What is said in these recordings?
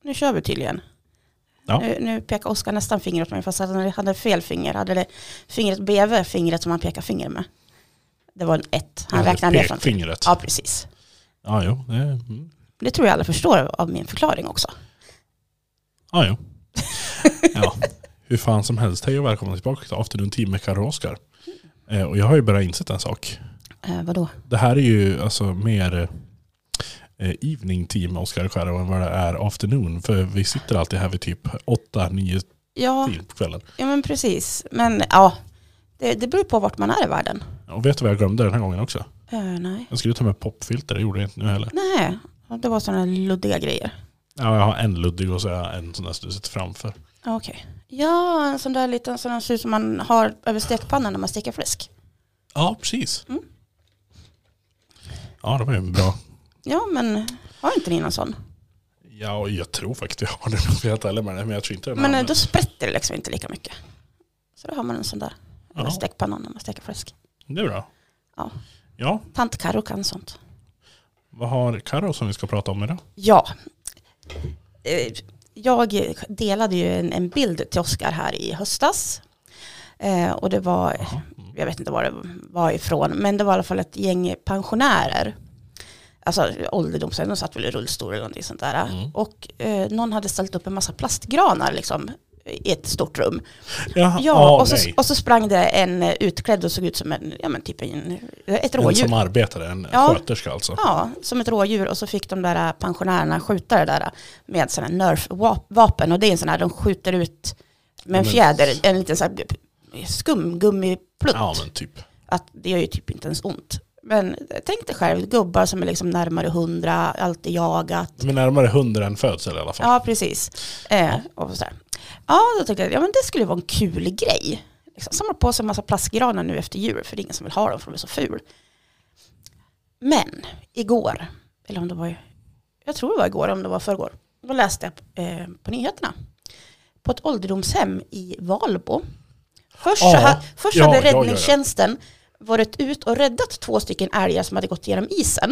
nu kör vi tydligen. Ja. Nu pekar Oskar nästan finger åt mig fast han hade fel finger. Hade det fingret bredvid fingret som han pekar finger med. Det var en 1. Han räknade ner från fingret. Ja, precis. Ja, jo. Det tror jag alla förstår av min förklaring också. Ja, jo. Ja. Hur fan som helst. Hej och välkomna tillbaka till Afternoon Team med Karo och Oskar. Och jag har ju bara insett en sak. Vadå? Det här är ju alltså mer evening team med Oskar och Karo än vad det är afternoon. För vi sitter alltid här vid typ 8-9 tid på kvällen. Ja, men precis. Men ja, det beror på vart man är i världen. Och vet du vad jag glömde den här gången också? Nej. Jag skulle ta med popfilter, det gjorde jag inte nu heller. Nej, det var sådana luddiga grejer. Ja, jag har en luddig och så har jag en sån där som du sitter framför. Okej. Ja, en sån där liten sån ser ut som man har över stekpannan när man steker fläsk. Ja, precis. Ja, det var ju bra. Ja, men har inte ni någon sån? Ja, jag tror faktiskt jag har det. Men jag tror inte den. Men då sprätter det liksom inte lika mycket. Så då har man en sån där stekpannan när man steker fläsk. Det är bra. Ja. Tant Karo kan sånt. Vad har Karo som vi ska prata om idag? Ja. Jag delade ju en bild till Oskar här i höstas. Och det var, jag vet inte var det var ifrån, men det var i alla fall ett gäng pensionärer. Alltså ålderdomshem, de satt väl i rullstol eller någonting sånt där. Och någon hade ställt upp en massa plastgranar liksom i ett stort rum. Och så sprang det en utklädd och såg ut som ett rådjur. En som arbetade, en sköterska alltså. Ja, som ett rådjur. Och så fick de där pensionärerna skjuta det där med sådana nerf-vapen. Och det är en sån här, de skjuter ut med en fjäder, en liten sån här skumgummiplutt. Ja, men typ. Att det gör ju typ inte ens ont. Men tänk dig själv, gubbar som är liksom närmare 100, alltid jagat. Men närmare 100 än födsel i alla fall. Ja, precis. Och så där. Ja, då tänkte jag, men det skulle vara en kul grej. Liksom, samla på sig en massa plastgranar nu efter jul, för det är ingen som vill ha dem för de är så ful. Men igår, eller om det var, jag tror det var igår, om det var förrgår, då läste jag på nyheterna. På ett ålderdomshem i Valbo. Först hade räddningstjänsten varit ut och räddat 2 stycken älgar som hade gått igenom isen.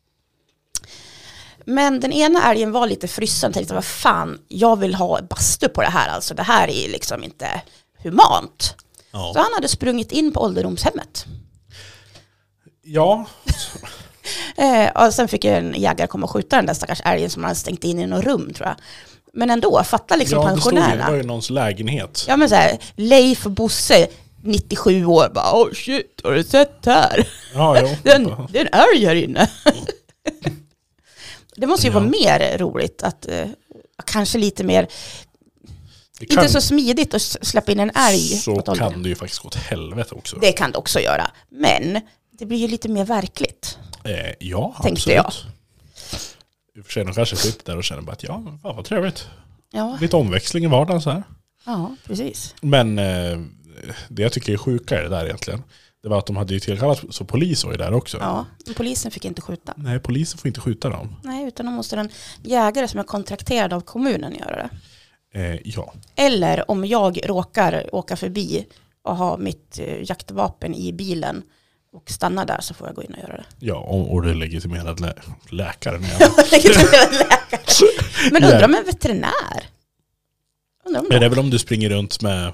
Men den ena älgen var lite fryssen och tänkte, vad fan, jag vill ha bastu på det här. Alltså det här är liksom inte humant. Ja. Så han hade sprungit in på ålderdomshemmet. Ja. Och sen fick en jägare komma och skjuta den där stackars älgen som han hade stängt in i något rum, tror jag. Men ändå, fatta liksom pensionärerna. Det var ju någons lägenhet. Ja, men så här, Leif och Bosse, 97 år, bara, oh shit, har du sett här? Ja, jo. Det är en älg här inne. Det måste ju vara mer roligt att kanske lite mer inte så smidigt att släppa in en älg. Så kan det ju faktiskt gå till helvete också. Det kan det också göra. Men det blir ju lite mer verkligt. Ja, tänkte jag. I och för sig, de kanske sitter där och känner bara att fan vad trevligt. Ja. Lite omväxling i vardagen så här. Ja, precis. Men det jag tycker är sjuka är det där egentligen. Det var att de hade ju tillkallat, så polis var ju där också. Ja, men polisen fick inte skjuta. Nej, polisen får inte skjuta dem. Nej, utan då måste den jägare som är kontrakterad av kommunen göra det. Ja. Eller om jag råkar åka förbi och ha mitt jaktvapen i bilen och stanna där, så får jag gå in och göra det. Ja, och det är legitimerad läkare. Legitimerad läkare. Men undrar om en veterinär? Det är väl om du springer runt med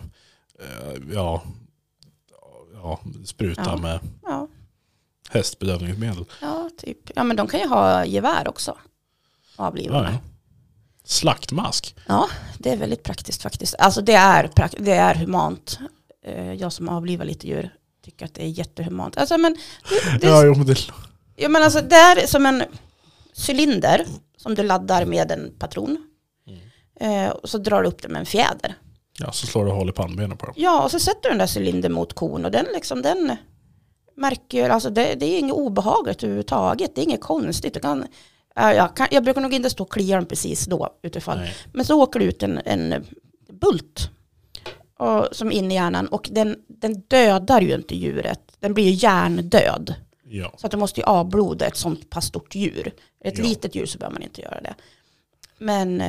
spruta med hästbedövningsmedel. Ja, typ. Ja, men de kan ju ha gevär också. Avlivande. Ja. Slaktmask. Ja, det är väldigt praktiskt faktiskt. Alltså det är humant. Jag som avlivar lite djur tycker att det är jättehumant. Alltså men men alltså det är som en cylinder som du laddar med en patron. Och så drar du upp det med en fjäder. Ja, så slår du hål i pannbenen på dem. Ja, och så sätter du den där cylindern mot kon och den märker, alltså det är inget obehagligt överhuvudtaget. Det är inget konstigt. Jag brukar nog inte stå och klia den precis då utifall. Nej. Men så åker det ut en bult som in i hjärnan och den dödar ju inte djuret. Den blir ju hjärndöd. Ja. Så att du måste ju avbloda ett sånt pass stort djur. Ett litet djur så bör man inte göra det. Men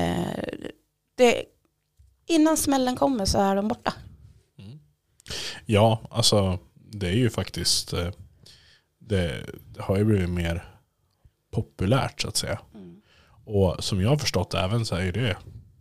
innan smällen kommer så är de borta. Mm. Ja, alltså det är ju faktiskt det har ju blivit mer populärt så att säga. Och som jag har förstått även så är det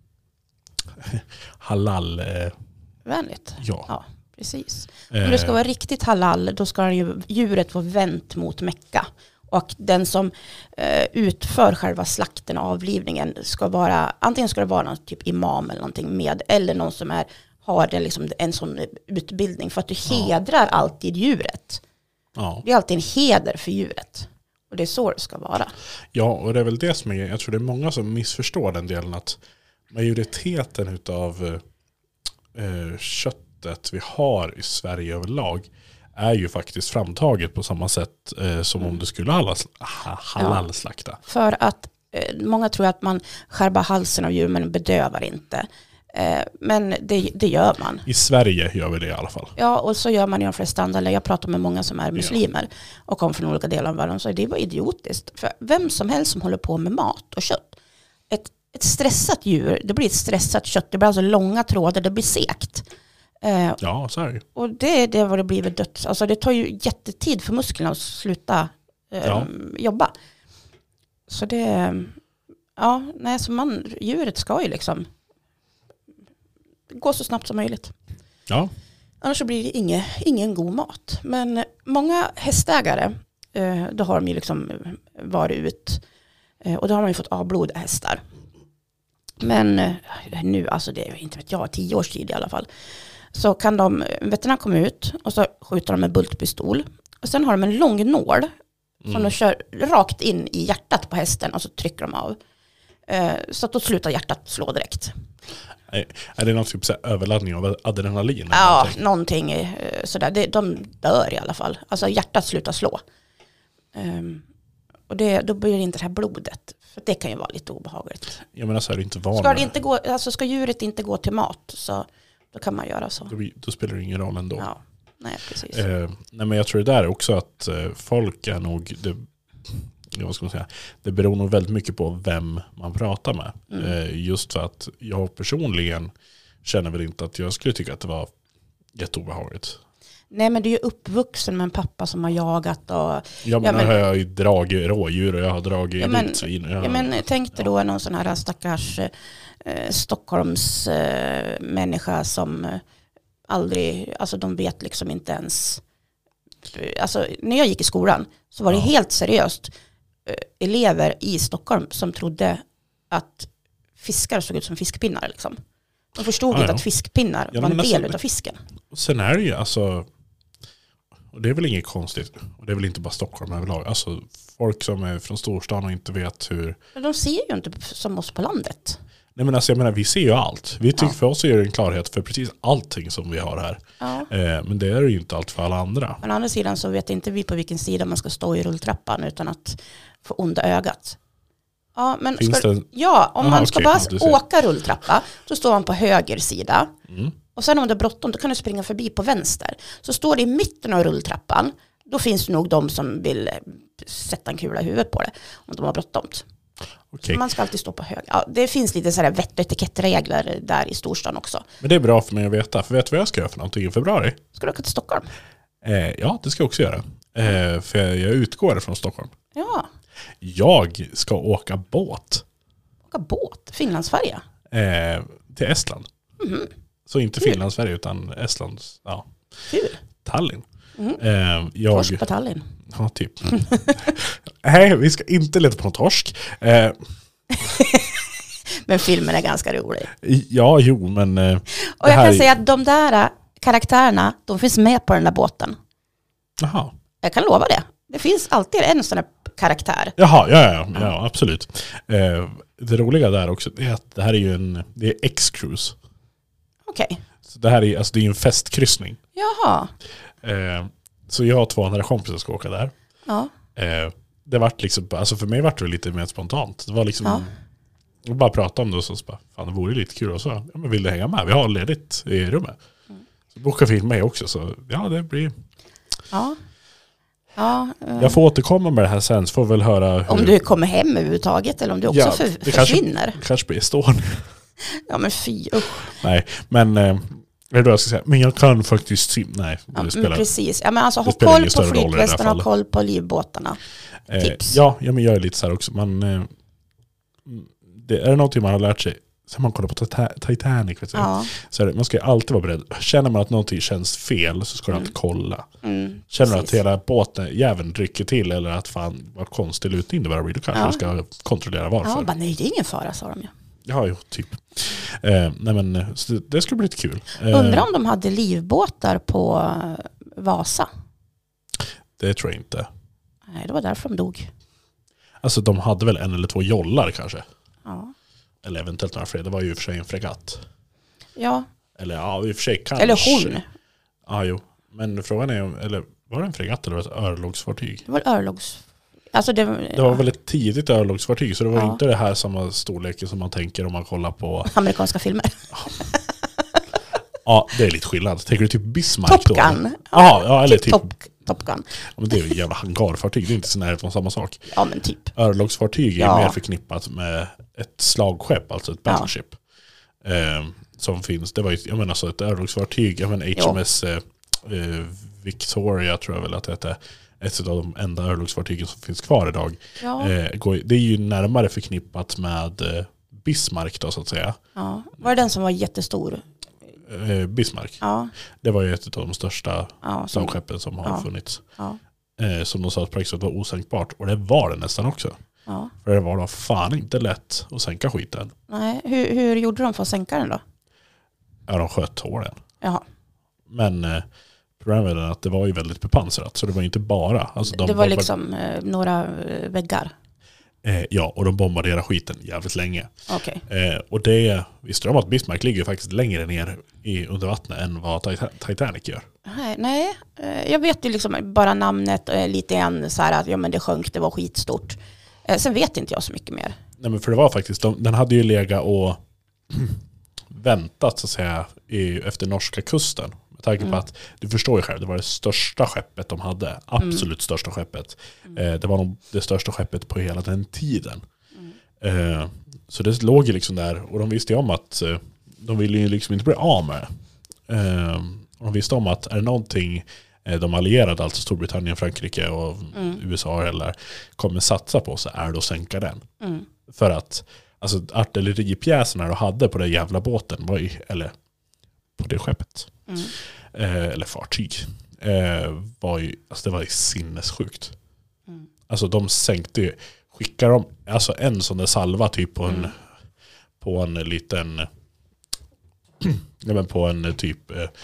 halal. Vänligt. Ja, precis. Om det ska vara riktigt halal, då ska ju djuret vara vänt mot Mekka. Och den som utför själva slakten och avlivningen ska vara, antingen ska det vara någon typ imam eller någonting med, eller någon som har det liksom en sån utbildning, för att du hedrar alltid djuret. Ja. Det är alltid en heder för djuret. Och det är så det ska vara. Ja, och det är väl det som jag tror det är många som missförstår den delen, att majoriteten utav köttet vi har i Sverige överlag är ju faktiskt framtaget på samma sätt som om du skulle halal-slakta. Ja, för att många tror att man skärbar halsen av djur men bedövar inte. Men det gör man. I Sverige gör vi det i alla fall. Ja, och så gör man i de flesta andra. Jag pratar med många som är muslimer och kommer från olika delar av världen, så det var idiotiskt. För vem som helst som håller på med mat och kött. Ett stressat djur, det blir ett stressat kött. Det blir alltså långa trådar, det blir segt. Ja, så är det. Och det är vad det blir dött. Alltså det tar ju jättetid för musklerna att sluta jobba. Så det... Ja, nej, så djuret ska ju liksom gå så snabbt som möjligt. Ja. Annars så blir det ingen god mat. Men många hästägare, då har de ju liksom varit ut, och då har man ju fått avblodade hästar. Men nu, alltså det är inte vet jag, 10 års tid i alla fall, så kan veterinär komma ut och så skjuter de med bultpistol. Och sen har de en lång nål som de kör rakt in i hjärtat på hästen och så trycker de av. Så att då slutar hjärtat slå direkt. Är det någon typ så överladdning av adrenalin? Ja, någonting sådär. De dör i alla fall. Alltså hjärtat slutar slå. Och då blir det inte det här blodet. För det kan ju vara lite obehagligt. Jag menar, så är det inte vanligt. Ska djuret inte gå till mat, så då kan man göra så. Då spelar det ingen roll ändå. Ja, nej, precis. Nej, men jag tror det där också att folk är nog... Vad ska man säga? Det beror nog väldigt mycket på vem man pratar med. Just för att jag personligen känner väl inte att jag skulle tycka att det var jätteobehagligt. Nej, men du är ju uppvuxen med en pappa som har jagat. Och, jag har ju dragit rådjur och jag har dragit vildsvin. Men tänk dig då någon sån här stackars Stockholms människa som aldrig, alltså de vet liksom inte ens. Alltså när jag gick i skolan så var det helt seriöst elever i Stockholm som trodde att fiskar såg ut som fiskpinnar liksom. De förstod inte att fiskpinnar var en del av fisken. Sen är det ju alltså, och det är väl inget konstigt, och det är väl inte bara Stockholm överlag, alltså folk som är från storstan och inte vet hur... Men de ser ju inte som oss på landet. Nej, men alltså jag menar, vi ser ju allt. Vi tycker för oss är det en klarhet för precis allting som vi har här. Ja. Men det är ju inte allt för alla andra. Men å andra sidan så vet inte vi på vilken sida man ska stå i rulltrappan utan att få onda ögat. Ja, men om man ska bara åka rulltrappa, så står man på höger sida. Och sen om det är bråttom, då kan du springa förbi på vänster. Så står det i mitten av rulltrappan, då finns det nog de som vill sätta en kula i huvudet på det om de har bråttom. Okay. Man ska alltid stå på höger. Ja, det finns lite sådär vett- och etikettregler där i storstan också. Men det är bra för mig att veta. För vet du vad jag ska göra för någonting i februari? Ska du åka till Stockholm? Ja, det ska jag också göra. För jag utgår från Stockholm. Ja. Jag ska åka båt. Åka båt? Finlandsfärja? Till Estland. Mm-hmm. Så inte Finlandsfärja utan Estlands. Ja. Kul. Tallinn. Mm-hmm. Torsk på Tallinn. Ja, typ. Nej, vi ska inte leta på en torsk. Men filmen är ganska rolig. Ja, jo, men... och jag kan säga att de där karaktärerna, de finns med på den där båten. Jaha. Jag kan lova det. Det finns alltid en sån där karaktär. Jaha, ja, absolut. Det roliga där också är att det här är ju det är X-cruise. Okej. Så det här är, alltså det är en festkryssning. Jaha. Så jag har 2 andra kompisar som ska åka där. Ja. Det var liksom, alltså för mig var det lite mer spontant. Det var liksom, jag bara pratade om det och så bara, fan det vore lite kul. Och så, men vill du hänga med? Vi har ledigt i rummet. Så bokar vi in mig också, så ja, det blir... Ja. Jag får återkomma med det här sen, så får väl höra hur... Om du kommer hem överhuvudtaget eller om du också försvinner. Kanske blir stående. Ja, men fy. Nej, men... jag ska säga, men jag kan faktiskt... Nej, det spelar, precis. Ja, men alltså, ha koll på flytvästarna och koll på livbåtarna. Tips. Ja, men jag är lite så här också. det är någonting man har lärt sig sen man kollar på Titanic. Vet du? Ja. Så man ska ju alltid vara beredd. Känner man att någonting känns fel så ska du alltid kolla. Känner du att hela båten jäveln rycker till eller att fan vad konstig lutning det bara blir, då kanske du ska kontrollera varför. Ja, bara, nej det är ingen fara, sa de ju. Ja, jo, typ. Nej, men det skulle bli lite kul. Undrar om de hade livbåtar på Vasa. Det tror jag inte. Nej, det var därför de dog. Alltså de hade väl 1 eller 2 jollar kanske. Ja. Eller eventuellt några fler. Det var ju i och för sig en fregatt. Ja. Eller ja, i och för sig kanske. Eller hon. Ja, jo. Men frågan är om, eller var det en fregatt eller var det ett örlogsfartyg? Det var örlogs... Alltså det var väldigt tidigt örlogsfartyg, så det var inte det här samma storleken som man tänker om man kollar på amerikanska filmer. Ja, det är lite skillnad. Tänker du typ Bismarck Top Gun. då? Ja, eller typ Top Gun. Ja, men det är ju jävla hangarfartyg, det är inte så nära från samma sak. Ja, men typ. Örlogsfartyg är mer förknippat med ett slagskepp, alltså ett battleship. Som finns, det var ju, jag menar så ett örlogsfartyg, jag menar HMS Victoria tror jag väl att det heter. Ett av de enda örlogsfartygen som finns kvar idag. Ja. Det är ju närmare förknippat med Bismarck då så att säga. Ja. Var det den som var jättestor? Bismarck. Ja. Det var ju ett av de största slagskeppen som har funnits. Ja. Som de sa att praktiskt var osänkbart. Och det var det nästan också. Ja. För det var då fan inte lätt att sänka skiten. Nej. Hur gjorde de för att sänka den då? Ja, de sköt hålen. Jaha. Men problemet är att det var ju väldigt bepansrat. Så det var inte bara... Alltså det var liksom några väggar. Ja, och de bombarderade skiten jävligt länge. Okay. Och det... Visste de att Bismarck ligger faktiskt längre ner under vattnet än vad Titanic gör? Nej, jag vet ju liksom bara namnet lite grann så här att ja, men det sjönk, det var skitstort. Sen vet inte jag så mycket mer. Nej, men för det var faktiskt... Den hade ju legat och väntat så att säga efter norska kusten. Med tanke på att, du förstår ju själv, det var det största skeppet de hade. Absolut största skeppet. Det var nog det största skeppet på hela den tiden. Så det låg ju liksom där. Och de visste ju om att de ville ju liksom inte bli av med. Och de visste om att är det någonting de allierade, alltså Storbritannien, Frankrike och USA eller kommer satsa på, så är det att sänka den. För att alltså artilleripjäserna du hade på den jävla båten var ju, eller på det skeppet eller fartyg var ju, alltså det var ju sinnessjukt. Alltså de sänkte ju, skickar de alltså en sån där salva typ på en liten ja, men på en typ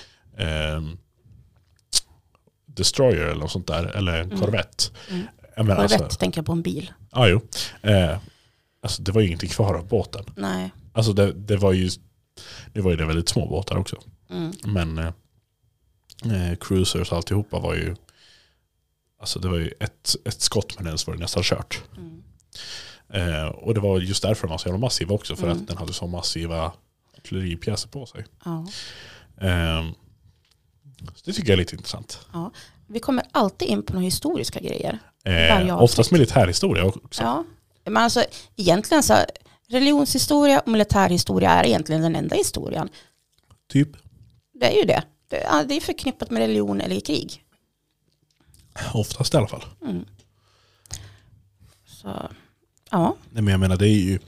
destroyer eller något sånt där, eller en korvett. Korvett alltså, tänker jag på en bil. Ja, jo. Alltså det var ju ingenting kvar av båten. Nej. Alltså det var ju det väldigt små båtar också. Men cruisers och alltihopa var ju, alltså det var ju ett skott med den så var det nästan kört. Och det var just därför den var så jävla massiv också, för att den hade så massiva artilleripjäser på sig. Så det tycker jag är lite intressant. Ja. Vi kommer alltid in på några historiska grejer. Oftast militärhistoria också. Ja. Men alltså egentligen så religionshistoria och militärhistoria är egentligen den enda historien. Typ. Det är ju det. Det är förknippat med religion eller krig. Oftast i alla fall. Så, ja. Nej, men jag menar det är ju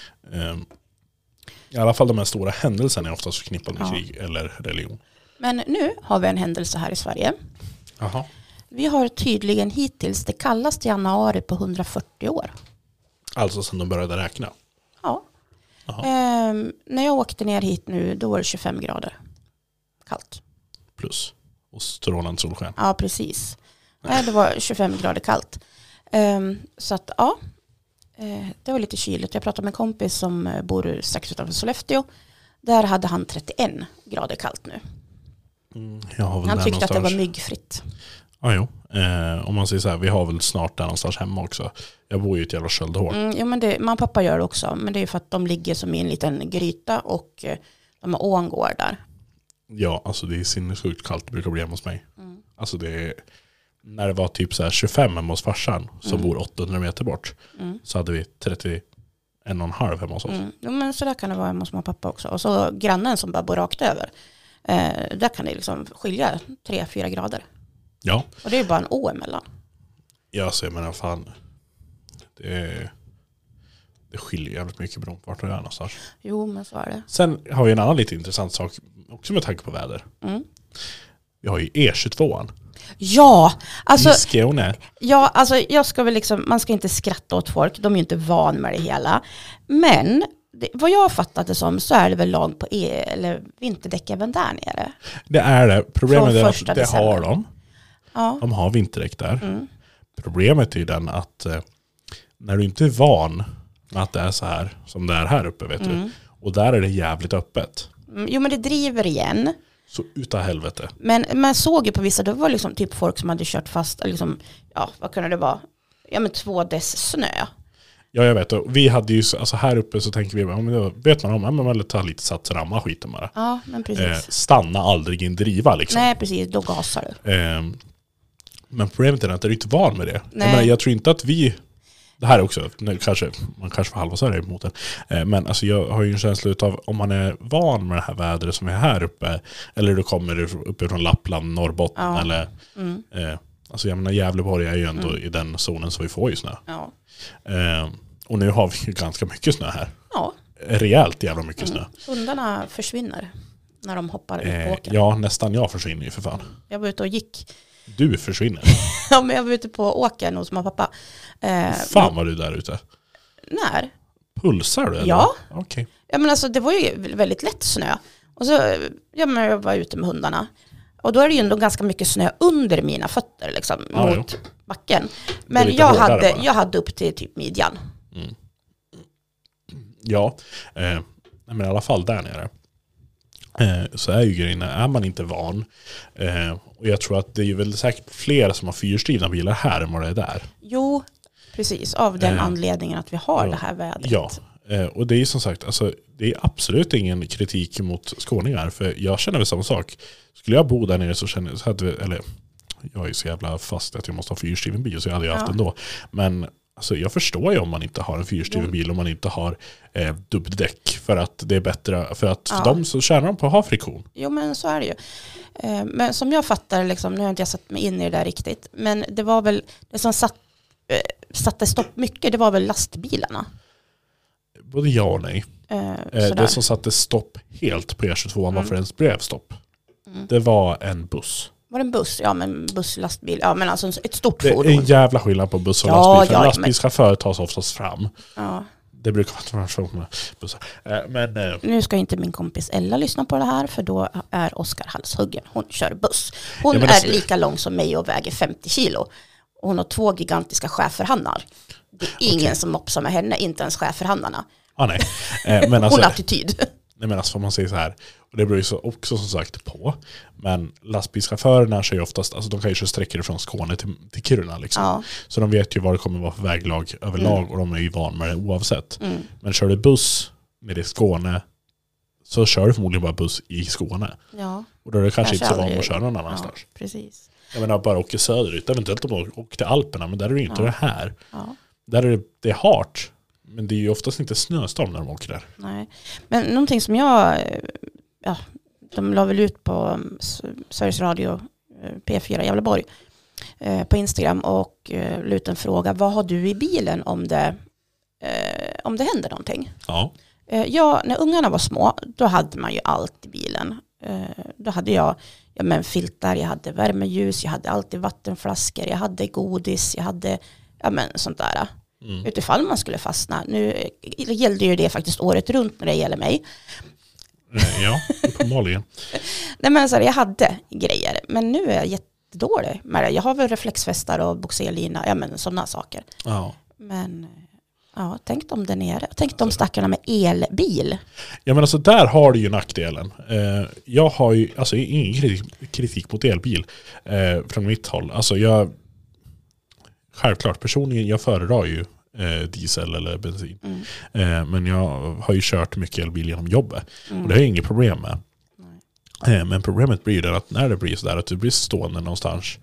i alla fall de här stora händelserna är oftast förknippade med krig eller religion. Men nu har vi en händelse här i Sverige. Aha. Vi har tydligen hittills det kallaste januari på 140 år. Alltså sedan de började räkna? Ja. När jag åkte ner hit nu, då var det 25 grader. Kallt. Plus. Och strålande solsken. Ja, precis. Det var 25 grader kallt. Så att, ja. Det var lite kyligt. Jag pratade med en kompis som bor strax utanför Sollefteå. Där hade han 31 grader kallt nu. Han tyckte att det var myggfritt. Ja, jo. Om man säger så här, vi har väl snart där någonstans hemma också. Jag bor ju i ett jävla köldhål. Jo, men mamma och pappa gör det också. Men det är för att de ligger som i en liten gryta och de har ån går där. Ja, alltså det är sinnessjukt kallt, det brukar bli hemma hos mig. Alltså det är, när det var typ så här 25 hemma hos farsan som bor 800 meter bort, så hade vi 31,5 hemma hos oss. Jo, men så där kan det vara hemma hos mamma och pappa också. Och så grannen som bara bor rakt över. Där kan det liksom skilja 3-4 grader. Ja. Och det är bara en å emellan. Ja, så jag menar fan. det skiljer jävligt mycket beroende på vart du är någonstans. Jo, men så är det. Sen har vi en annan lite intressant sak också med tanke på väder. Vi har ju E22. Ja, alltså, i Skåne. ja, alltså jag ska väl liksom, man ska inte skratta åt folk, de är ju inte van med det hela. Men vad jag har fattat det som så är det väl lag på eller vinterdäck även där nere. Det är det. Problemet är att det december. har de. Ja. De har vinterdäck där. Problemet är ju den att när du inte är van med att det är så här som det är här uppe, vet du. Och där är det jävligt öppet. Jo, men det driver igen. Så utav helvete. Men man såg ju på vissa, det var liksom typ folk som hade kört fast, liksom, ja, vad kunde det vara? Ja, men 2 dess snö. Ja, jag vet. Och vi hade ju, alltså här uppe så tänker vi, ja, men då vet man om, man tar lite sats ramma skiten bara. Ja, men precis. Stanna aldrig i en driva liksom. Nej, precis, då gasar du. Men problemet är att jag är inte van med det. Jag tror inte att vi, det här är också, man kanske får halva så här emot det. Men alltså jag har ju en känsla av om man är van med det här vädret som är här uppe, eller du kommer uppifrån Lappland, Norrbotten, eller alltså jag menar Gävleborg är ju ändå i den zonen så vi får ju snö. Ja. Och nu har vi ju ganska mycket snö här. Ja. Rejält jävla mycket snö. Hundarna försvinner när de hoppar ut på åkern. Ja, nästan jag försvinner ju för fan. Jag var ute och gick. Du försvinner. Ja, men jag var ute på åkern hos mamma och pappa. Fan var du där ute? När? Pulsar du? Eller? Ja. Okay. Ja, men alltså det var ju väldigt lätt snö. Och så, ja, men jag var ute med hundarna. Och då är det ju ändå ganska mycket snö under mina fötter liksom, mot backen. Men jag hade upp till typ midjan. Ja, men i alla fall där nere. Så är ju grejen, är man inte van. Och jag tror att det är väl säkert fler som har fyrstyrna bilar här än vad det är där. Jo, precis. Av den anledningen att vi har det här vädret. Ja, och det är ju som sagt, alltså, det är absolut ingen kritik mot skåningar. För jag känner väl samma sak. Skulle jag bo där nere så känner jag, eller jag är ju så jävla fast att jag måste ha fyrstyrven bil så jag hade ju haft ändå. Men alltså, jag förstår ju om man inte har en fyrstyrven bil, om man inte har dubbdäck, för att det är bättre, för att för dem så tjänar de på att ha friktion. Jo, men så är det ju. Men som jag fattar, liksom, nu har inte jag satt mig in i det där riktigt, men det var väl det som satte stopp mycket, det var väl lastbilarna. Både ja och nej. Det som satte stopp helt på E22 var för ens brevstopp. Det var en buss. Var det en buss? Ja, men buss, lastbil. Ja, men alltså ett stort fordon. Det är en jävla skillnad på buss och lastbil. För lastbilschaufför tas oftast fram. Ja. Det brukar vara så med bussar. Men nu ska inte min kompis Ella lyssna på det här, för då är Oskar halshuggen. Hon kör buss. Hon är lika lång som mig och väger 50 kilo. Och hon har 2 gigantiska schäferhannar. Det är ingen som mopsar med henne, inte ens schäferhannarna. Nej. Men alltså, hon har attityd. Nej, men alltså får man säga så här, och det beror ju också som sagt på, men lastbilschaufförerna kör ju oftast, alltså de kan ju köra sträckor från Skåne till Kiruna liksom. Ja. Så de vet ju vad det kommer vara för väglag överlag och de är ju van med det oavsett. Men kör du buss med det i Skåne så kör du förmodligen bara buss i Skåne. Ja. Och då är det kanske inte så van att köra någon annanstans. Ja, precis. Jag menar bara åka söderut, eventuellt om de åker till Alperna, men där är det ju inte det här. Ja. Där är det är hårt. Men det är ju oftast inte snöstorm när de åker där. Nej. Men någonting som de la väl ut på Sveriges Radio P4 Gävleborg på Instagram och la ut en fråga. Vad har du i bilen om det händer någonting? Ja. När ungarna var små, då hade man ju allt i bilen. Då hade jag filtar, jag hade värmeljus, jag hade alltid vattenflaskor, jag hade godis, jag hade sånt där. Utifall man skulle fastna. Nu gällde ju det faktiskt året runt när det gäller mig. Ja, uppenbarligen. Nej, men jag hade grejer. Men nu är jag jättedålig med det. Jag har väl reflexvästar och boxerlina, sådana saker. Ja. Men tänk om där nere. Tänk de stackarna med elbil. Ja, men alltså där har du ju nackdelen. Jag har ju ingen kritik mot elbil från mitt håll. Alltså självklart, personligen, jag föredrar ju diesel eller bensin. Men jag har ju kört mycket elbil genom jobbet. Och det har jag inget problem med. Men problemet blir det att när det blir sådär att du blir stående någonstans,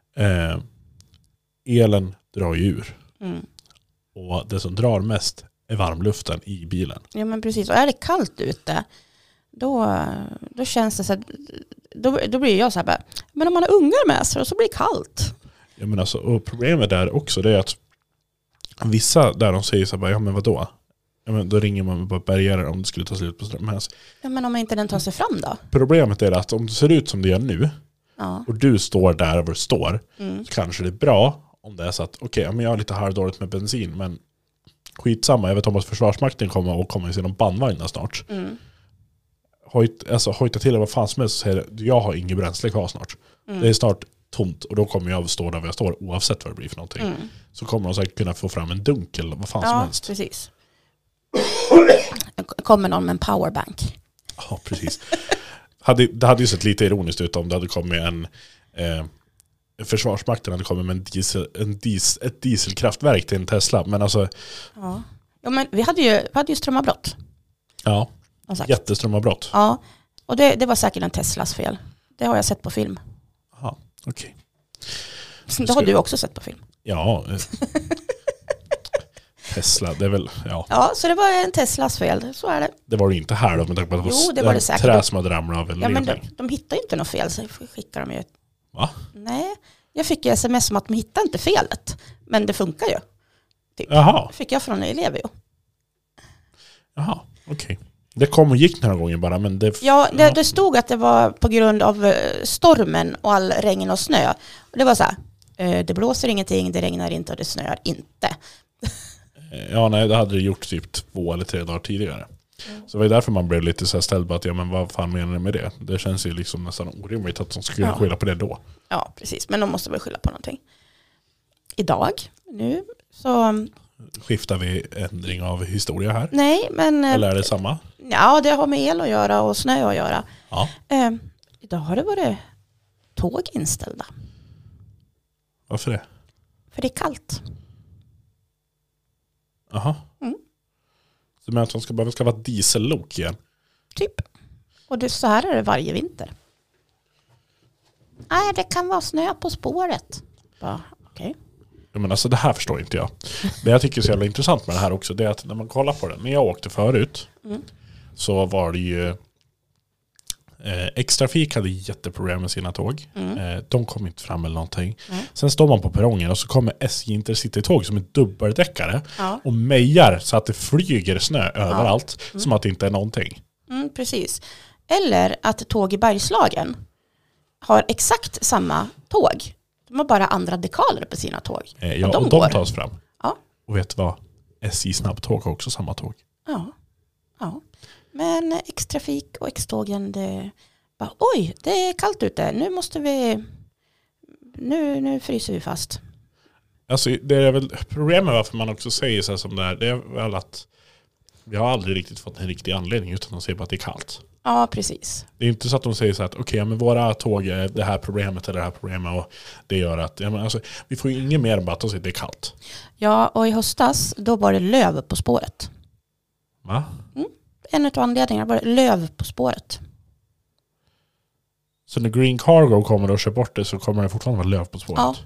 elen drar ju ur. Och det som drar mest är varmluften i bilen. Ja, men precis. Och är det kallt ute, då känns det så här, då blir jag så här bara, men om man har ungar med sig så blir det kallt. Ja, men alltså, och problemet där också det är att vissa där de säger så här, ja men vadå? Ja, men då ringer man på bärgare om det skulle ta slut på strömmen. Ja, men om inte den tar sig fram då? Problemet är att om det ser ut som det gör nu och du står där du står så kanske det är bra om det är så att men jag har lite halvdåligt med bensin, men skitsamma, jag vet om att Försvarsmakten kommer i sina bandvagnar snart. Hojta till det vad fan som helst och säger jag har ingen bränsle kvar snart. Det är snart tomt och då kommer jag stå där jag står oavsett vad det blir för någonting. Så kommer de säkert kunna få fram en dunk eller vad fan som helst. Ja, precis. Kommer någon med en powerbank. Ja, precis. Det hade ju sett lite ironiskt ut om det hade kommit Försvarsmakten hade kommit med ett dieselkraftverk till en Tesla. Men alltså... Ja, men vi hade ju strömavbrott. Ja, jätteströmavbrott. Ja, och det var säkert en Teslas fel. Det har jag sett på film. Ja, okej. Det har du också sett på film. Ja, Tesla, det är väl... Ja, så det var en Teslas fel, så är det. Det var det inte här då, men tack på att det var det säkert. Trä som hade ramlat av en men de hittar ju inte något fel, så skickar de ju... Va? Nej, jag fick ju sms om att de hittar inte felet, men det funkar ju. Typ. Jaha. Det fick jag från Ellevio. Jaha, okej. Det kom och gick några gånger bara, men det... Ja, det stod att det var på grund av stormen och all regn och snö. Och det var så här, det blåser ingenting, det regnar inte och det snöar inte. Ja, nej, det hade det gjort typ 2 eller 3 dagar tidigare. Så det var därför man blev lite så här ställd på att men vad fan menar ni med det? Det känns ju liksom nästan orimligt att de skulle skylla på det då. Ja, precis. Men de måste väl skylla på någonting. Idag, nu, så... Skiftar vi ändring av historia här? Nej, men... Eller är det samma? Ja, det har med el att göra och snö att göra. Ja. Idag har det varit tåg inställda. Varför det? För det är kallt. Jaha. Så med att de ska behöva skaffa diesellok igen? Typ. Och så här är det varje vinter. Nej, det kan vara snö på spåret. Okej. Men alltså det här förstår inte jag. Det jag tycker är så jävla intressant med det här också, det är att när man kollar på det, när jag åkte förut så var det ju X-Trafik hade jätteproblem med sina tåg. De kom inte fram eller någonting. Sen står man på perrongen och så kommer SJ Intercity-tåg som är dubbeldäckare och mejar så att det flyger snö överallt som att det inte är någonting. Precis. Eller att tåg i Bergslagen har exakt samma tåg. De har bara andra dekaler på sina tåg. Ja, och de tas fram. Ja. Och vet du vad? SJ Snabbtåg har också samma tåg. Ja. Men X-Trafik och X-tågen, oj, det är kallt ute. Nu måste vi... Nu fryser vi fast. Alltså, det är väl problemet varför man också säger så här som det här. Det är väl att vi har aldrig riktigt fått en riktig anledning utan att säga bara att det är kallt. Ja, precis. Det är inte så att de säger så att men våra tåg är det här problemet eller det här problemet och det gör att vi får ju inget mer än bara att de säger att det är kallt. Ja, och i höstas då var det löv på spåret. Va? En av anledningarna var det löv på spåret. Så när Green Cargo kommer och kör bort det så kommer det fortfarande vara löv på spåret? Ja.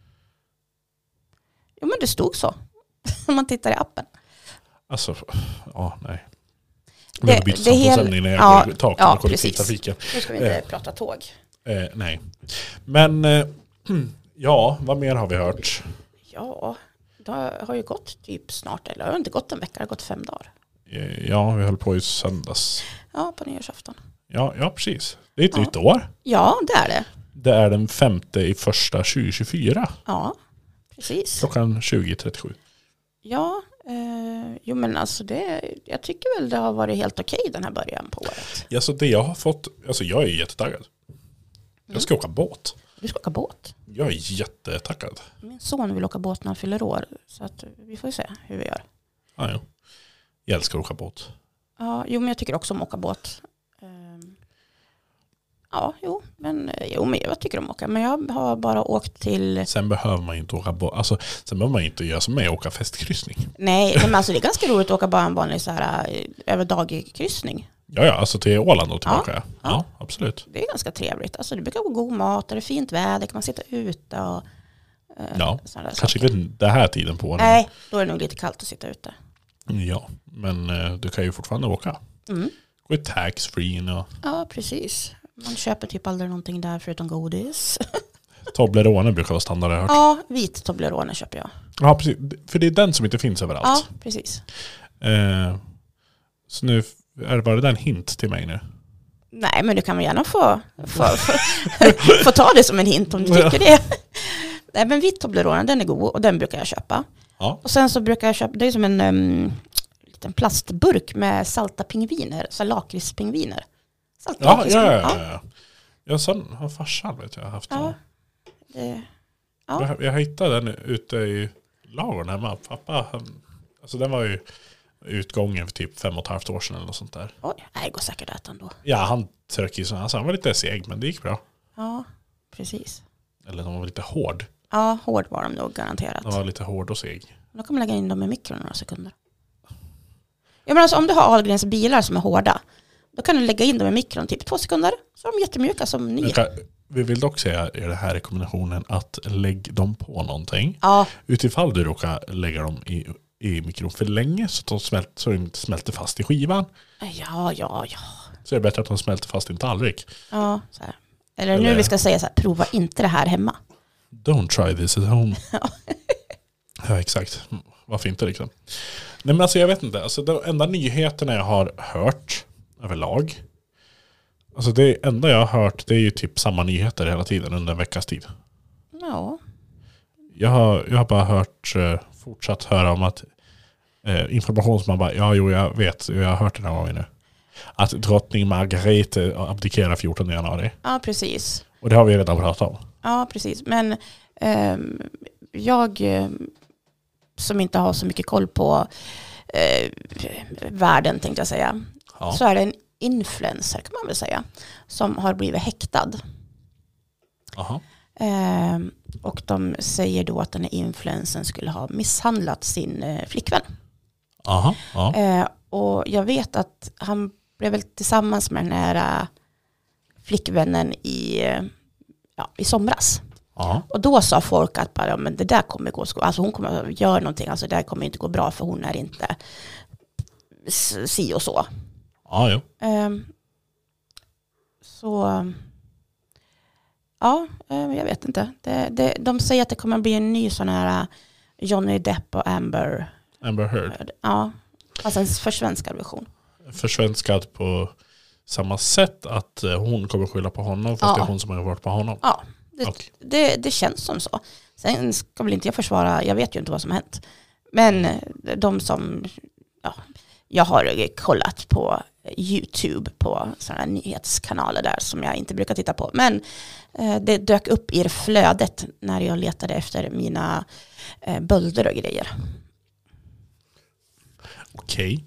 Jo, men det stod så. Om man tittar i appen. Alltså, nej. Det är kollektivtrafiken. Nu ska vi inte prata tåg. Nej. Men vad mer har vi hört? Ja, det har ju gått typ snart, eller det har inte gått en vecka, det har gått 5 dagar. Ja, vi höll på i söndags. Ja, på nyårsafton. Ja, precis. Det är ett nytt år. Ja, det är det. Det är den 5/1/2024. Ja, precis. Klockan 20:37. Ja, men alltså jag tycker väl det har varit helt okej den här början på året. Ja, så det jag har fått, alltså jag är jättetaggad. Jag ska åka båt. Du ska åka båt? Jag är jättetaggad. Min son vill åka båt när han fyller år, så att vi får se hur vi gör. Ja. Jag älskar att åka båt. Ja, men jag tycker också om att åka båt. Men jag tycker om att åka. Men jag har bara åkt till... Sen behöver man inte åka båt. Alltså, sen behöver man inte göra som mig och åka festkryssning. Nej, men alltså det är ganska roligt att åka bara en vanlig så här över dagkryssning. Ja, alltså till Åland och tillbaka. Ja, absolut. Det är ganska trevligt. Alltså det brukar vara god mat, det är fint väder, kan man sitta ute och... kanske inte den här tiden på året. Nej, då är det nog lite kallt att sitta ute. Ja, men du kan ju fortfarande åka. Gå i tax-free och... Ja, precis. Man köper typ aldrig någonting där förutom godis. Toblerone brukar vara standard. Ja, vit Toblerone köper jag. Ja, precis. För det är den som inte finns överallt. Ja, precis. Så nu är det bara en hint till mig nu. Nej, men du kan väl gärna få ta det som en hint om du tycker det. Nej, men vitt Toblerone, den är god och den brukar jag köpa. Ja. Och sen så brukar jag köpa, det är som en liten plastburk med salta pingviner, så lakritspingviner. Ja. Jag har farsan vet jag har haft. Ja. Jag hittade den ute i lagen hemma. Pappa, alltså den var ju utgången för typ 5,5 år sedan eller något sånt där. Oj, det går säkert att äta ändå. Ja, han tryckte så han var lite seg, men det gick bra. Ja, precis. Eller de var lite hård. Ja, hård var de nog garanterat. De var lite hård och seg. Då kan man lägga in dem i mikron några sekunder. Ja, men alltså, om du har Ahlgrens bilar som är hårda, då kan du lägga in dem i mikron typ 2 sekunder. Så är de jättemjuka som nya. Vi vill dock säga i den här rekommendationen att lägg dem på någonting. Ja. Utifall du råkar lägga dem i mikron för länge så att de inte smälter fast i skivan. Ja. Så är det bättre att de smälter fast i en tallrik. Ja, så här. Eller nu vi ska säga så här, prova inte det här hemma. Don't try this at home. Ja, exakt. Varför inte liksom? Nej, men alltså jag vet inte. Alltså de enda nyheterna jag har hört överlag. Alltså det enda jag har hört, det är ju typ samma nyheter hela tiden under en veckas tid. Ja. Jag har bara hört, fortsatt höra om att information som man bara, jag vet, jag har hört den här gången nu. Att drottning Margrethe abdikerar 14 januari. Ja, precis. Och det har vi redan pratat om. Ja, precis. Men jag som inte har så mycket koll på världen tänkte jag säga. Ja. Så är det en influencer kan man väl säga som har blivit häktad. Aha. Och de säger då att den här influencern skulle ha misshandlat sin flickvän. Aha. Ja. Och jag vet att han blev väl tillsammans med den här flickvännen i somras. Aha. Och då sa folk att bara, men det där kommer gå, alltså hon kommer att göra någonting, alltså det där kommer inte gå bra för hon är inte si och så. Ja, jo. Så jag vet inte. De säger att det kommer att bli en ny sån här Johnny Depp och Amber Heard. Ja, alltså en försvenskad version. Försvenskad på samma sätt att hon kommer skylla på honom fast det är hon som har varit på honom. Ja, det känns som så. Sen ska väl inte jag försvara, jag vet ju inte vad som har hänt. Men de som jag har kollat på YouTube på sådana nyhetskanaler där som jag inte brukar titta på. Men det dök upp i flödet när jag letade efter mina bölder och grejer. Okej.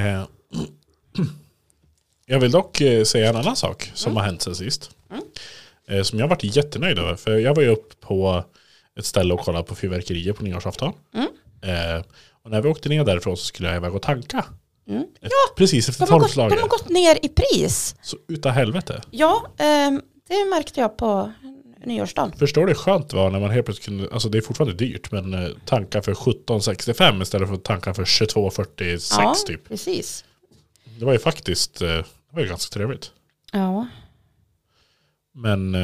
Jag vill dock säga en annan sak som har hänt sen sist. Som jag har varit jättenöjd över. För jag var ju upp på ett ställe och kollade på fyrverkerier på nyårsafton. Och när vi åkte ner därifrån så skulle jag iväg och tanka. Ja, precis efter 12-slaget. De har gått ner i pris. Så utav helvete. Ja, det märkte jag på nyårsdagen. Förstår det skönt var när man helt plötsligt kunde, alltså det är fortfarande dyrt, men tanka för 17,65 istället för att tanka för 22,46 typ. Ja, precis. Det var ju faktiskt, det var ju ganska trevligt. Ja. Men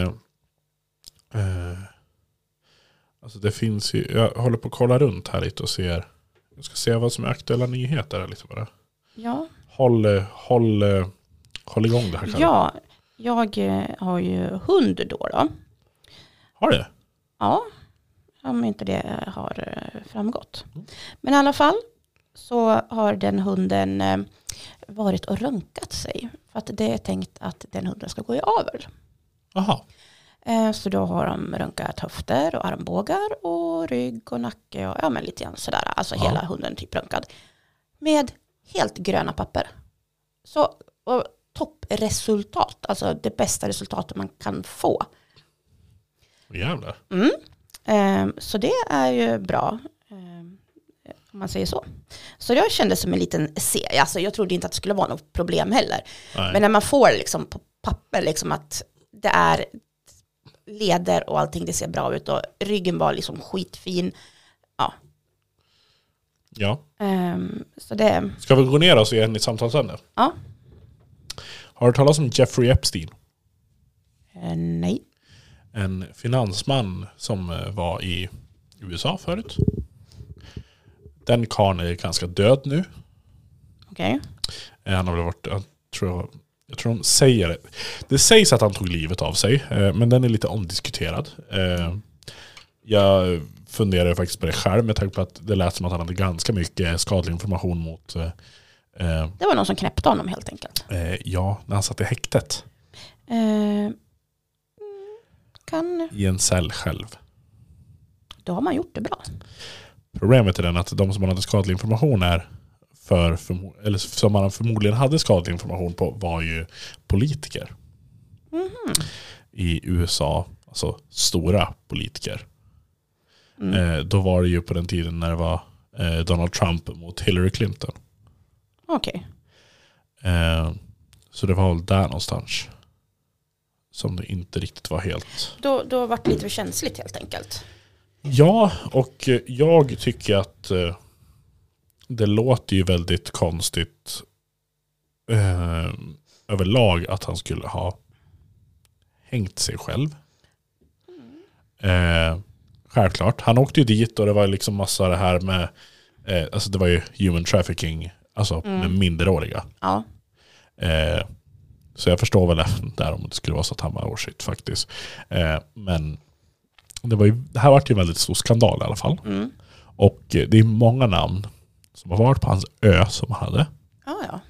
alltså det finns ju, jag håller på att kolla runt här lite och ser, jag ska se vad som är aktuella nyheter lite bara. Ja. Håll igång det här. Ja, jag har ju hund då. Har det? Ja, om inte det har framgått. Men i alla fall så har den hunden varit och röntgat sig. För att det är tänkt att den hunden ska gå i avel. Aha. Så då har de röntgat höfter och armbågar och rygg och nacke och men lite grann sådär. Alltså hela hunden typ röntgad. Med helt gröna papper. Så och toppresultat. Alltså det bästa resultatet man kan få. Jävlar. Så det är ju bra. Om man säger så. Så jag kände som en liten serie. Alltså jag trodde inte att det skulle vara något problem heller. Nej. Men när man får liksom på papper liksom att det är leder och allting, det ser bra ut och ryggen var liksom skitfin. Ja. Så det... Ska vi gå ner oss igen i samtalsämne? Ja. Har du talat om Jeffrey Epstein? Nej. En finansman som var i USA förut. Den karln är ganska död nu. Okej. Han har väl varit, jag tror de säger det. Det sägs att han tog livet av sig, men den är lite omdiskuterad. Jag funderar faktiskt på det själv med tanke på att det lät som att han hade ganska mycket skadlig information mot... Det var någon som knäppte honom helt enkelt. Ja, när han satt i häktet. I en cell själv. Då har man gjort det bra. Problemet är den att de som man hade skadlig information eller som man förmodligen hade skadlig information på var ju politiker. I USA, alltså stora politiker. Då var det ju på den tiden när det var Donald Trump mot Hillary Clinton. Okej. Så det var väl där någonstans som det inte riktigt var helt... Då var det lite för känsligt helt enkelt. Ja, och jag tycker att det låter ju väldigt konstigt överlag att han skulle ha hängt sig själv. Självklart. Han åkte ju dit och det var liksom massa det här med alltså det var ju human trafficking, alltså med minderåriga. Ja. Så jag förstår väl där om det skulle vara så att han var årsigt faktiskt. Men det här var ju en väldigt stor skandal i alla fall. Och det är många namn som har varit på hans ö som han hade. Ja.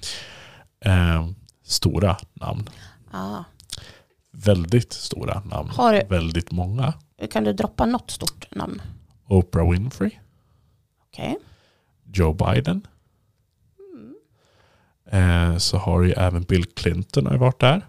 Stora namn. Väldigt stora namn. Väldigt många. Kan du droppa något stort namn? Oprah Winfrey. Okej. Joe Biden. Så har ju även Bill Clinton har varit där.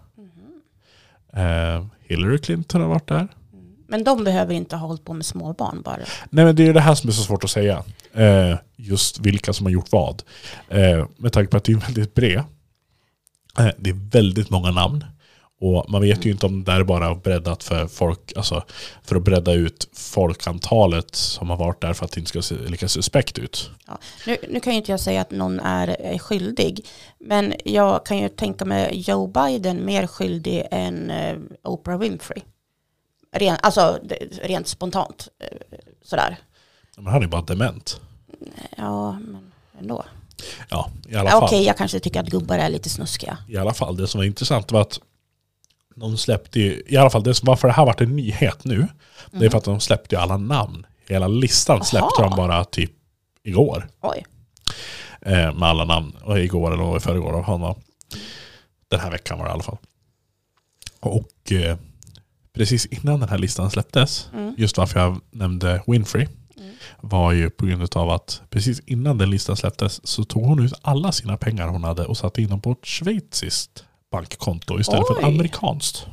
Hillary Clinton har varit där. Men de behöver inte ha hållit på med småbarn bara. Nej, men det är ju det här som är så svårt att säga. Just vilka som har gjort vad. Med tanke på att det är väldigt bred. Det är väldigt många namn. Och man vet ju inte om det där är bara breddat för folk, alltså för att bredda ut folkantalet som har varit där för att det inte ska se lika suspekt ut. Ja. Nu kan ju inte jag säga att någon är skyldig, men jag kan ju tänka mig Joe Biden mer skyldig än Oprah Winfrey. Rent spontant. Sådär. Men han är bara dement. Ja, men ändå. Ja, i alla fall. Okej, jag kanske tycker att gubbar är lite snuskiga. I alla fall, det som var intressant var att de släppte ju, i alla fall det som var för det här varit en nyhet nu, det är för att de släppte ju alla namn. Hela listan släppte de bara typ igår. Oj. Med alla namn. Och igår eller i förrgår av honom. Den här veckan var det i alla fall. Och precis innan den här listan släpptes, just varför jag nämnde Winfrey, var ju på grund av att precis innan den listan släpptes så tog hon ut alla sina pengar hon hade och satte in dem på ett schweiziskt bankkonto istället för ett amerikanskt.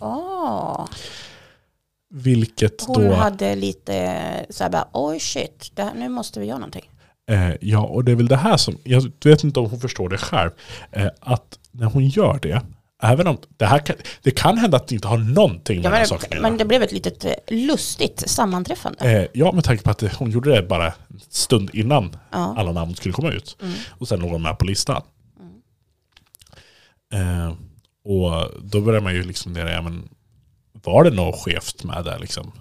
Vilket hon hade lite så här bara, oj shit, nu måste vi göra någonting. Ja, och det är väl det här som, jag vet inte om hon förstår det själv, att när hon gör det, även om det kan hända att det inte har någonting med den saken. Men det blev ett litet lustigt sammanträffande. Ja, med tanke på att hon gjorde det bara en stund innan alla namn skulle komma ut. Och sen låg de med på listan. Och då börjar man ju liksom fundera, men var det något skevt med det liksom?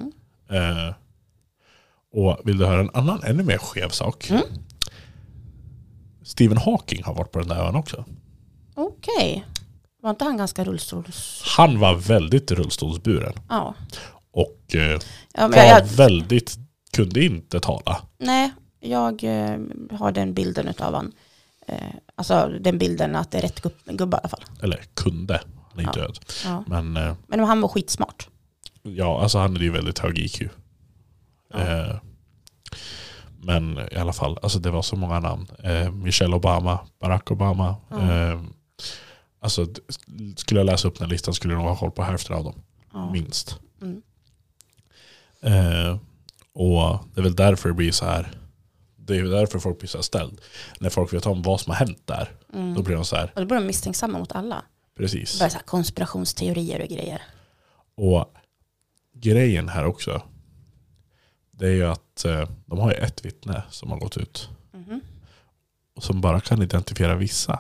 Och vill du höra en annan, ännu mer skev sak? Stephen Hawking har varit på den där ön också. Okej. Var inte han ganska rullstols... Han var väldigt rullstolsburen. Ja. Och var väldigt, kunde inte tala. Nej, jag har den bilden utav han. Alltså den bilden att det är rätt gubbe i alla fall. Eller kunde. Han är inte död. Ja. Men han var skitsmart. Ja, alltså han är ju väldigt hög IQ. Men i alla fall, alltså det var så många namn. Michelle Obama, Barack Obama. Alltså skulle jag läsa upp den här listan skulle jag nog ha hållit på hälften av dem. Minst. Och det är väl därför det blir så här. Det är därför folk blir så här ställd. När folk vet om vad som har hänt där. Då blir de så här. Och då blir de misstänksamma mot alla. Precis. Det blir så här konspirationsteorier och grejer. Och grejen här också, det är ju att de har ju ett vittne som har gått ut. Och som bara kan identifiera vissa.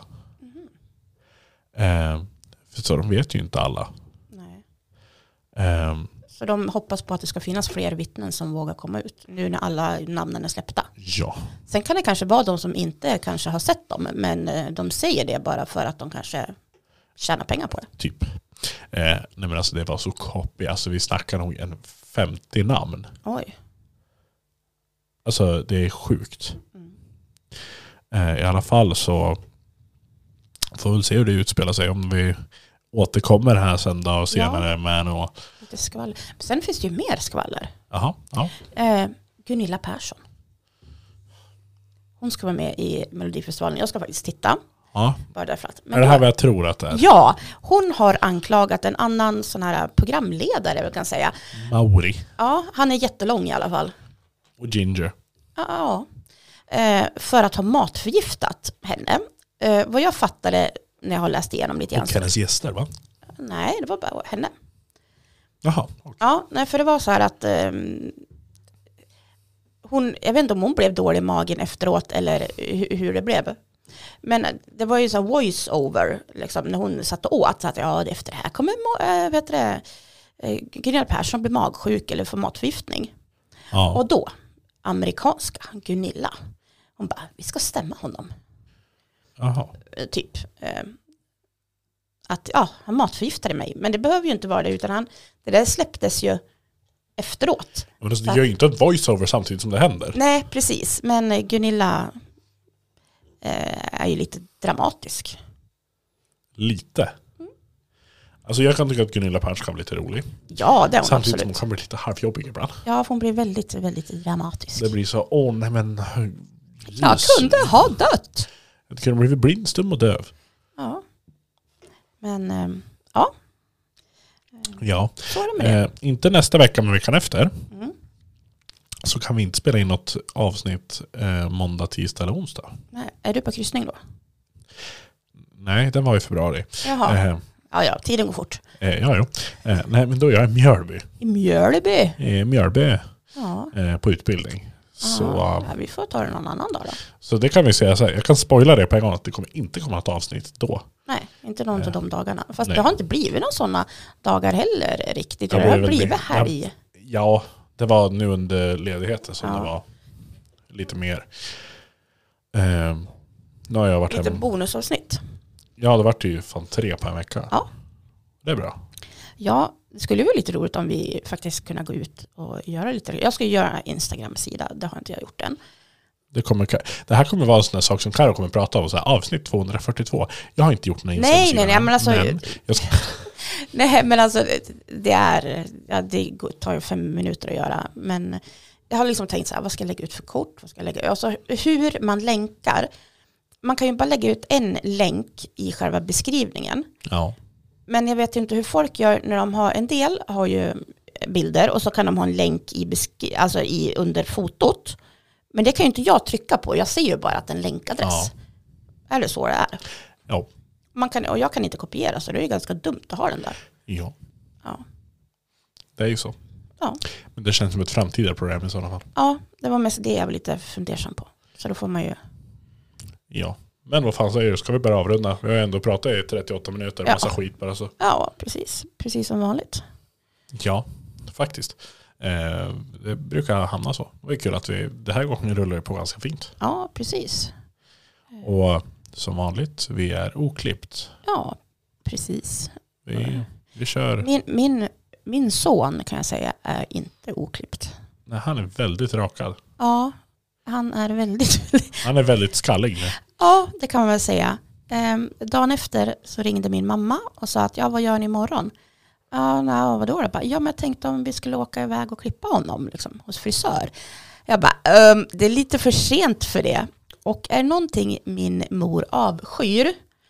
För så de vet ju inte alla. Nej. Så de hoppas på att det ska finnas fler vittnen som vågar komma ut. Nu när alla namnen är släppta. Ja. Sen kan det kanske vara de som inte kanske har sett dem. Men de säger det bara för att de kanske tjänar pengar på det. Typ. Nej men alltså det var så copy. Alltså vi snackar nog en 50 namn. Oj. Alltså det är sjukt. I alla fall så får vi se hur det utspelar sig om vi återkommer här sen då och senare med och lite skvaller. Sen finns det ju mer skvaller. Jaha, ja. Gunilla Persson. Hon ska vara med i Melodifestivalen. Jag ska faktiskt titta. Ja. Bara därför att. Men är det här vad jag tror att det är? Ja, hon har anklagat en annan sån här programledare, jag kan säga. Mauri. Ja, han är jättelång i alla fall. Och Ginger. Ja. För att ha matförgiftat henne. Vad jag fattade när jag har läst igenom lite grann. Och hennes gäster, va? Nej, det var bara henne. Jaha. Okay. Ja, nej, för det var så här att jag vet inte om hon blev dålig i magen efteråt eller hur det blev. Men det var ju så voice-over liksom, när hon satt och åt. Så att efter det här kommer Gunilla Persson bli magsjuk eller få matförgiftning. Ja. Och då, amerikanska Gunilla, hon bara, vi ska stämma honom. Jaha. Typ. Att han matförgiftade mig. Men det behöver ju inte vara det, utan det där släpptes ju efteråt. Men det gör ju inte ett voice-over samtidigt som det händer. Nej, precis. Men Gunilla är ju lite dramatisk. Lite? Alltså jag kan tycka att Gunilla Persson kan bli lite rolig. Ja, det är hon samtidigt absolut. som hon kan bli lite halvjobbig ibland. Ja, för hon blir väldigt, väldigt dramatisk. Det blir så, nej men... Jag kunde ha dött. Jag kunde blivit blind, stum och döv. Ja. Men, ja. Ja. Så är det med det. Inte nästa vecka, men veckan efter. Mm. Så kan vi inte spela in något avsnitt måndag, tisdag eller onsdag. Nej, är du på kryssning då? Nej, den var i februari. Jaha. Ja, tiden går fort. Nej, men då är jag i Mjölby. I Mjölby? I Mjölby. Ja. På utbildning. Så, vi får ta det någon annan dag då. Så det kan vi säga så här. Jag kan spoila det på en gång att det kommer inte komma ett avsnitt då. Nej, inte någon av de dagarna. Fast nej. Det har inte blivit någon sådana dagar heller riktigt. Det har blivit helg. Ja, det var nu under ledigheten som det var lite mer. Nu har jag varit lite hem. Bonusavsnitt. Ja, det var ju fan 3 på en vecka. Ja. Det är bra. Ja, det skulle ju vara lite roligt om vi faktiskt kunde gå ut och göra lite. Jag ska göra en Instagram-sida, det har inte jag gjort än. Det här kommer vara en sån här sak som Karo kommer prata om. Så här, avsnitt 242. Jag har inte gjort någon Instagram-sida. Nej, men alltså... Nej, men alltså det tar ju 5 minuter att göra. Men jag har liksom tänkt så här, vad ska jag lägga ut för kort? Vad ska jag lägga? Alltså hur man länkar. Man kan ju bara lägga ut en länk i själva beskrivningen. Ja. Men jag vet inte hur folk gör när de har, en del har ju bilder och så kan de ha en länk under fotot. Men det kan ju inte jag trycka på. Jag ser ju bara att en länkadress. Ja. Är det så det är? Ja. Och jag kan inte kopiera, så det är ju ganska dumt att ha den där. Ja. Ja. Det är ju så. Ja. Men det känns som ett framtida program i sådana fall. Ja, det var mest det jag var lite fundersam på. Så då får man ju... Ja. Men vad fan säger du? Ska vi bara avrunda? Vi har ändå pratat i 38 minuter. Massa skit bara så. Ja, precis. Precis som vanligt. Ja, faktiskt. Det brukar hamna så. Det är kul att det här gången rullar på ganska fint. Ja, precis. Och som vanligt, vi är oklippt. Ja, precis. Vi kör. Min son kan jag säga är inte oklippt. Nej, han är väldigt rakad. Ja, han är Han är väldigt skallig nu. Ja, det kan man väl säga. Dagen efter så ringde min mamma och sa att vad gör ni imorgon? Ja, vadå? Men jag tänkte om vi skulle åka iväg och klippa honom liksom, hos frisör. Jag bara, det är lite för sent för det. Och är någonting min mor avskyr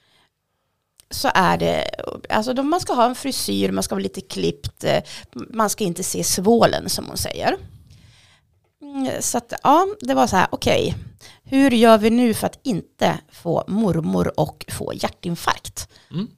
så är det, alltså då man ska ha en frisyr, man ska vara lite klippt, man ska inte se svålen som hon säger. Så att, det var så här, okej. Hur gör vi nu för att inte få mormor och få hjärtinfarkt? Mm.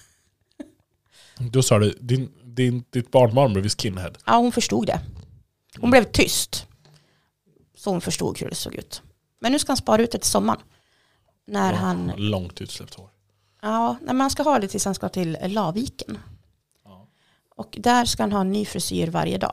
Då sa du, ditt barnbarn blev skinhead. Ja, hon förstod det. Hon blev tyst. Så hon förstod hur det såg ut. Men nu ska han spara ut det till sommaren. När han... Långt utsläppt hår. Ja, när man ska ha det tills han ska till Laviken. Ja. Och där ska han ha en ny frisyr varje dag.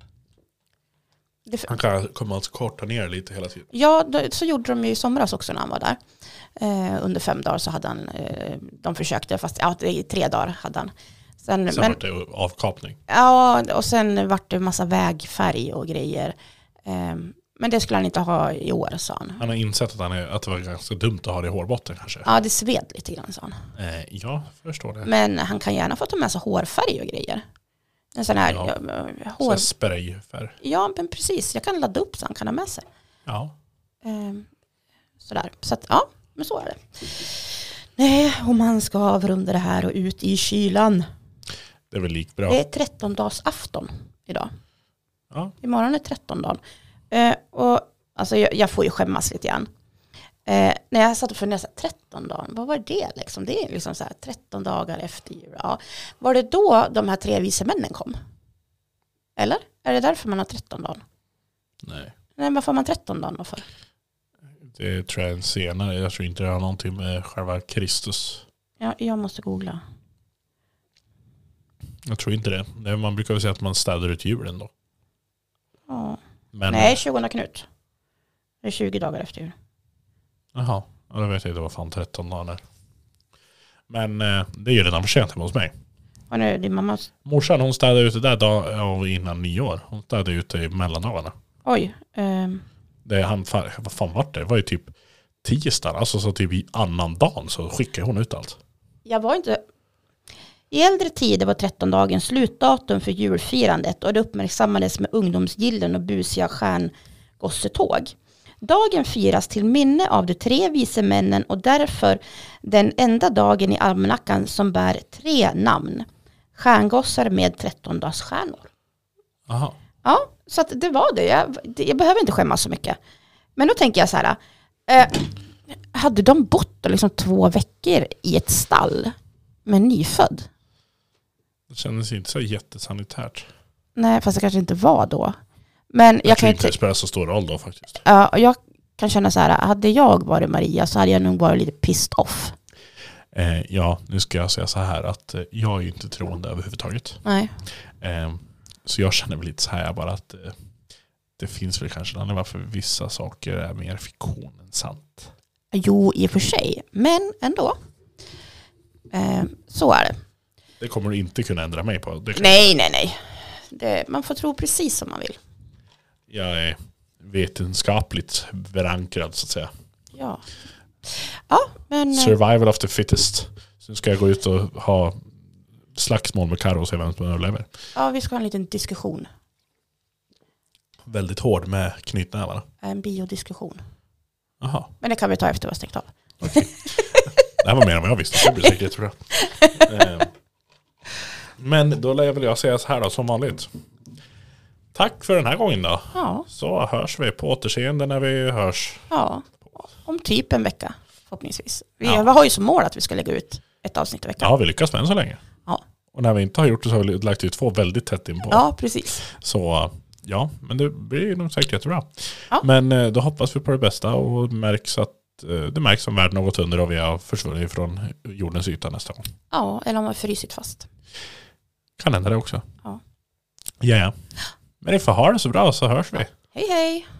Han kommer alltså korta ner lite hela tiden. Ja, så gjorde de ju i somras också när han var där. Under 5 dagar så hade han, de försökte, fast i 3 dagar hade han. Sen var det avkapning. Ja, och sen var det massa vägfärg och grejer. Men det skulle han inte ha i år, sa han. Han har insett att det var ganska dumt att ha det i hårbotten kanske. Ja, det sved lite grann, sa han. Ja, förstår det. Men han kan gärna få ta med sig hårfärg och grejer. En sån här så sprayfärg. Ja, men precis. Jag kan ladda upp så han kan ha med sig. Ja. Sådär. Så att, ja, men så är det. Nej, om man ska avrunda det här och ut i kylan. Det är väl likbra. Det är 13-dagsafton idag. Ja. Imorgon är 13-dagen. Och alltså jag får ju skämmas lite grann. När jag satt och funderade 13-dagen, vad var det liksom? Det är liksom så här 13 dagar efter jul. Ja. Var det då de här 3 vise männen kom? Eller? Är det därför man har 13-dagen? Nej. Nej, vad får man 13-dagen då för? Det tror jag är senare. Jag tror inte det har någonting med själva Kristus. Ja, jag måste googla. Jag tror inte det. Man brukar väl säga att man städar ut julen då. Ja. Men, nej, 20 Knut. Det är 20 dagar efter jul. Jaha, då vet jag inte vad fan 13 dagar är. Men det är ju redan för sent hemma hos mig. Och nu, din mammas... Morsan, hon städade ute där innan nyår. Hon städade ute i mellandagarna. Oj. Vad fan var det? Det var ju typ tisdag. Alltså så typ i annan dagen så skickade hon ut allt. Jag var inte... I äldre tider var 13-dagens slutdatum för julfirandet och det uppmärksammades med ungdomsgillen och busiga stjärngossetåg. Dagen firas till minne av de 3 vise männen och därför den enda dagen i almanackan som bär 3 namn. Stjärngossar med 13-dagsstjärnor. Aha. Ja, så att det var det. Jag behöver inte skämmas så mycket. Men då tänker jag så här. Hade de bott liksom 2 veckor i ett stall med nyfödd? Det kändes inte så jättesanitärt. Nej, fast det kanske inte var då. Men jag kan inte spela så stor roll då faktiskt. Ja, och jag kan känna så här, hade jag varit Maria så hade jag nog varit lite pissed off. Ja, nu ska jag säga så här att jag är ju inte troende överhuvudtaget. Nej. Så jag känner väl lite så här bara att det finns väl kanske anledning varför vissa saker är mer fiktion än sant. Jo, i och för sig. Men ändå. Så är det. Det kommer du inte kunna ändra mig på. Nej. Man får tro precis som man vill. Jag är vetenskapligt förankrad så att säga. Ja. Ja, men... Survival of the fittest. Så ska jag gå ut och ha slagsmål med Karo och se vem som överlever. Ja, vi ska ha en liten diskussion. Väldigt hård med knytnävarna. En biodiskussion. Aha. Men det kan vi ta efter vad stängt av. Okay. Det här var mer än vad jag visste. Det blir säkert tror jag. Men då lär väl jag säga så här då, som vanligt. Tack för den här gången då. Ja. Så hörs vi på återseende när vi hörs. Ja, om typ en vecka förhoppningsvis. Vi har ju som mål att vi ska lägga ut ett avsnitt i veckan. Ja, vi lyckas med än så länge. Ja. Och när vi inte har gjort det så har vi lagt ut 2 väldigt tätt in på. Ja, precis. Så ja, men det blir nog säkert jättebra. Ja. Men då hoppas vi på det bästa och det märks som världen har gått under och vi har försvunnit från jordens yta nästa gång. Ja, eller om man frysit fast. Kan hända det också. Ja. Ja. Men ni får ha det så bra så hörs vi. Hej hej!